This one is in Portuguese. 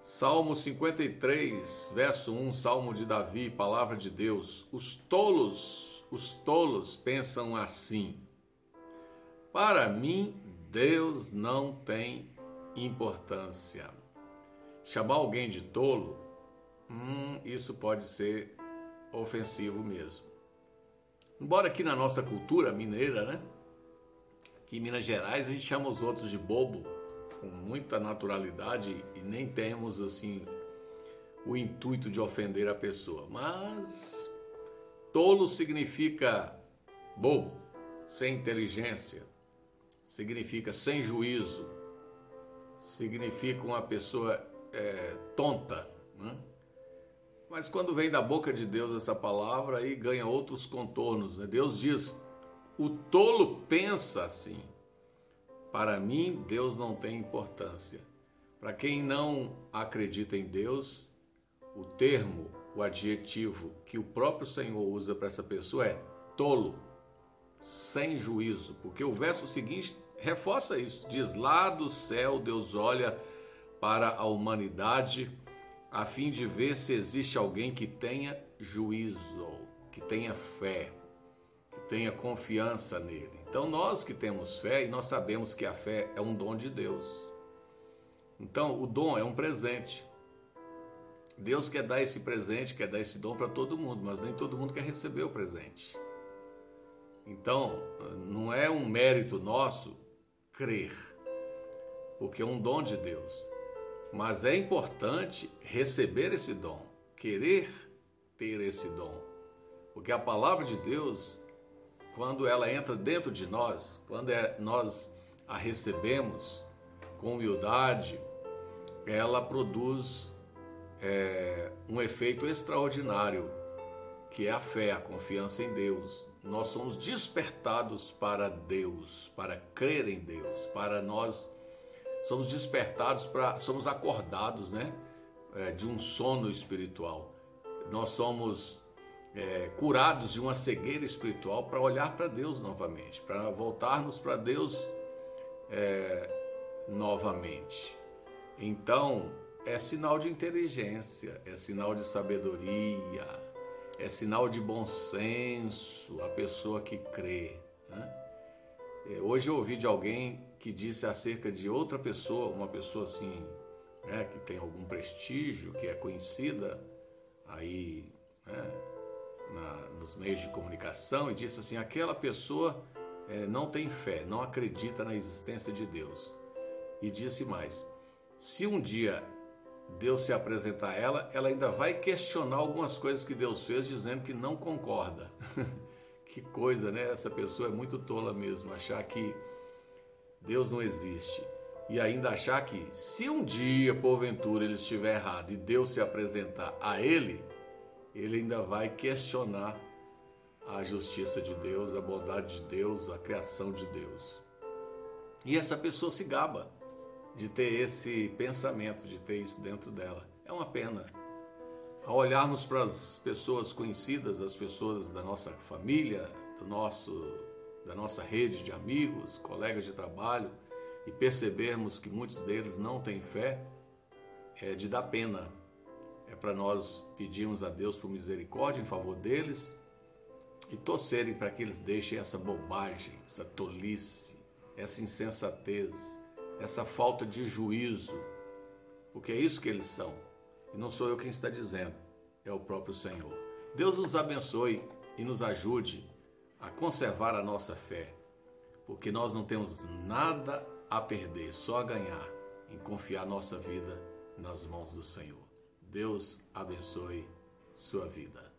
Salmo 53, verso 1, Salmo de Davi, palavra de Deus. Os tolos pensam assim: para mim, Deus não tem importância. Chamar alguém de tolo, isso pode ser ofensivo mesmo. Embora aqui na nossa cultura mineira, aqui em Minas Gerais, a gente chama os outros de bobo, com muita naturalidade, e nem temos assim o intuito de ofender a pessoa. Mas tolo significa bobo, sem inteligência, significa sem juízo, significa uma pessoa tonta, né? Mas quando vem da boca de Deus essa palavra, aí ganha outros contornos, né? Deus diz: o tolo pensa assim. Para mim, Deus não tem importância. Para quem não acredita em Deus, o termo, o adjetivo que o próprio Senhor usa para essa pessoa é tolo, sem juízo. Porque o verso seguinte reforça isso. Diz: lá do céu Deus olha para a humanidade a fim de ver se existe alguém que tenha juízo, que tenha fé, que tenha confiança nele. Então nós que temos fé, e nós sabemos que a fé é um dom de Deus. Então o dom é um presente. Deus quer dar esse presente, quer dar esse dom para todo mundo, mas nem todo mundo quer receber o presente. Então não é um mérito nosso crer, porque é um dom de Deus. Mas é importante receber esse dom, querer ter esse dom. Porque a palavra de Deus, quando ela entra dentro de nós, quando nós a recebemos com humildade, ela produz um efeito extraordinário, que é a fé, a confiança em Deus. Nós somos despertados para Deus, para crer em Deus, para nós somos despertados, somos acordados, de um sono espiritual. Nós somos curados de uma cegueira espiritual para olhar para Deus novamente, para voltarmos para Deus novamente. Então, é sinal de inteligência, é sinal de sabedoria, é sinal de bom senso a pessoa que crê, Hoje eu ouvi de alguém que disse acerca de outra pessoa, uma pessoa assim, que tem algum prestígio, que é conhecida aí, nos meios de comunicação, e disse assim: aquela pessoa não tem fé, não acredita na existência de Deus. E disse mais: se um dia Deus se apresentar a ela, ela ainda vai questionar algumas coisas que Deus fez, dizendo que não concorda. Que coisa, né? Essa pessoa é muito tola mesmo, achar que Deus não existe. E ainda achar que, se um dia, porventura, ele estiver errado e Deus se apresentar a ele ainda vai questionar a justiça de Deus, a bondade de Deus, a criação de Deus. E essa pessoa se gaba de ter esse pensamento, de ter isso dentro dela. É uma pena. Ao olharmos para as pessoas conhecidas, as pessoas da nossa família, da nossa rede de amigos, colegas de trabalho, e percebermos que muitos deles não têm fé, é de dar pena. É para nós pedirmos a Deus por misericórdia em favor deles e torcerem para que eles deixem essa bobagem, essa tolice, essa insensatez, essa falta de juízo, porque é isso que eles são. E não sou eu quem está dizendo, é o próprio Senhor. Deus nos abençoe e nos ajude a conservar a nossa fé, porque nós não temos nada a perder, só a ganhar em confiar nossa vida nas mãos do Senhor. Deus abençoe sua vida.